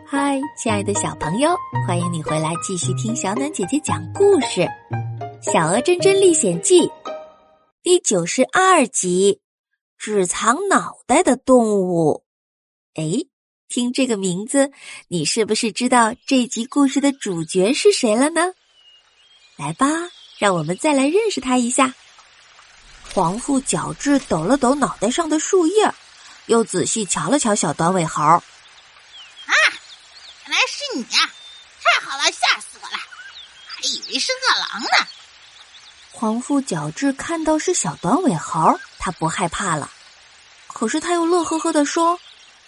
嗨，亲爱的小朋友，欢迎你回来继续听小暖姐姐讲故事《小鹅真真历险记》第92集，只藏脑袋的动物。诶，听这个名字，你是不是知道这集故事的主角是谁了呢？来吧，让我们再来认识他一下。黄腹角质抖了抖脑袋上的树叶，又仔细瞧了瞧小短尾猴。 原来是你呀！太好了，吓死我了，还以为是饿狼呢。 黄腹角质看到是小短尾猴，他不害怕了，可是他又乐呵呵地说：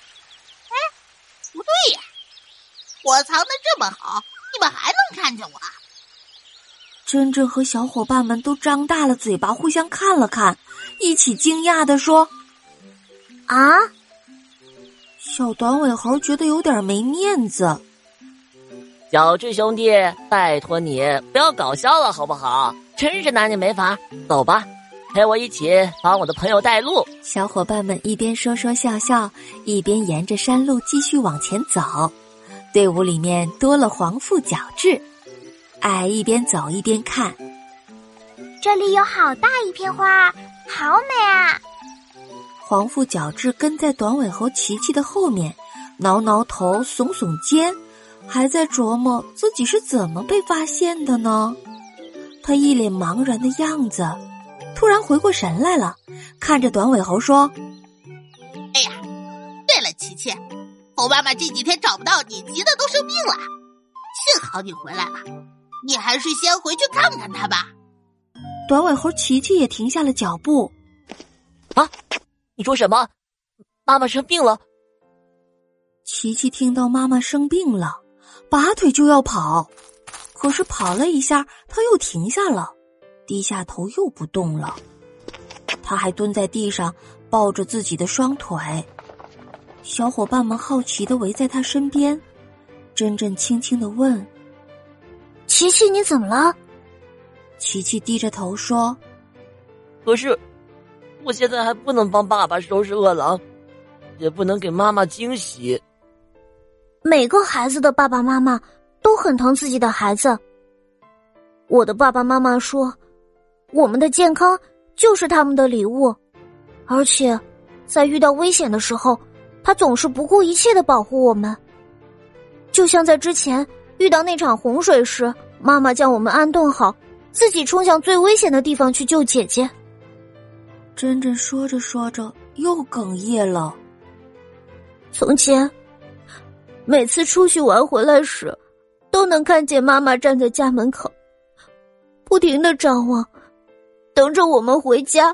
不对呀，我藏得这么好，你们还能看见我？ 珍珍和小伙伴们都张大了嘴巴互相看了看，一起惊讶地说： 啊！ 小短尾猴觉得有点没面子。 角质兄弟，拜托你不要搞笑了好不好？真是拿你没法。走吧，陪我一起帮我的朋友带路。 小伙伴们一边说说笑笑，一边沿着山路继续往前走。队伍里面多了黄腹角质，一边走一边看。 这里有好大一片花，好美啊！ 黄腹角质跟在短尾猴琪琪的后面，挠挠头，耸耸肩，还在琢磨自己是怎么被发现的呢。他一脸茫然的样子，突然回过神来了，看着短尾猴说： 哎呀，对了，琪琪，猴妈妈这几天找不到你，急得都生病了。幸好你回来了，你还是先回去看看她吧。 短尾猴琪琪也停下了脚步。 啊，你说什么？妈妈生病了？ 琪琪听到妈妈生病了，拔腿就要跑，可是跑了一下，他又停下了，低下头又不动了。他还蹲在地上，抱着自己的双腿。小伙伴们好奇地围在他身边，珍珍轻轻地问： 琪琪，你怎么了？ 琪琪低着头说： 可是我现在还不能帮爸爸收拾饿狼，也不能给妈妈惊喜。 每个孩子的爸爸妈妈都很疼自己的孩子。我的爸爸妈妈说，我们的健康就是他们的礼物，而且在遇到危险的时候，他总是不顾一切地保护我们。就像在之前遇到那场洪水时，妈妈将我们安顿好，自己冲向最危险的地方去救姐姐。 珍珍说着说着又哽咽了。 从前每次出去玩回来时，都能看见妈妈站在家门口，不停地张望，等着我们回家。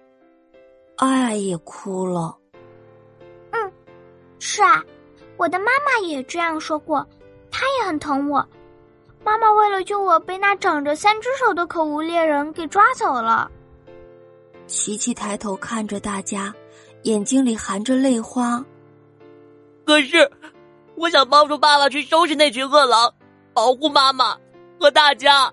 也哭了。 是啊，我的妈妈也这样说过，她也很疼我。妈妈为了救我，被那长着3只手的可恶猎人给抓走了。 琪琪抬头看着大家，眼睛里含着泪花。 可是我想帮助爸爸去收拾那群饿狼，保护妈妈和大家。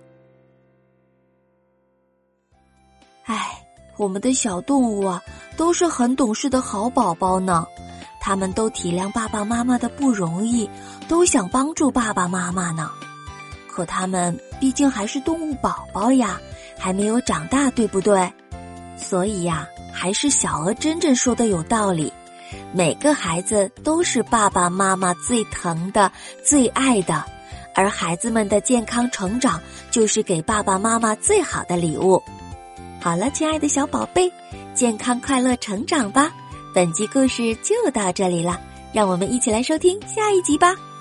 我们的小动物啊，都是很懂事的好宝宝呢。他们都体谅爸爸妈妈的不容易，都想帮助爸爸妈妈呢。可他们毕竟还是动物宝宝呀，还没有长大，对不对？所以呀，还是小鹅真正说的有道理。每个孩子都是爸爸妈妈最疼的、最爱的，而孩子们的健康成长就是给爸爸妈妈最好的礼物。好了，亲爱的小宝贝，健康快乐成长吧。本集故事就到这里了，让我们一起来收听下一集吧。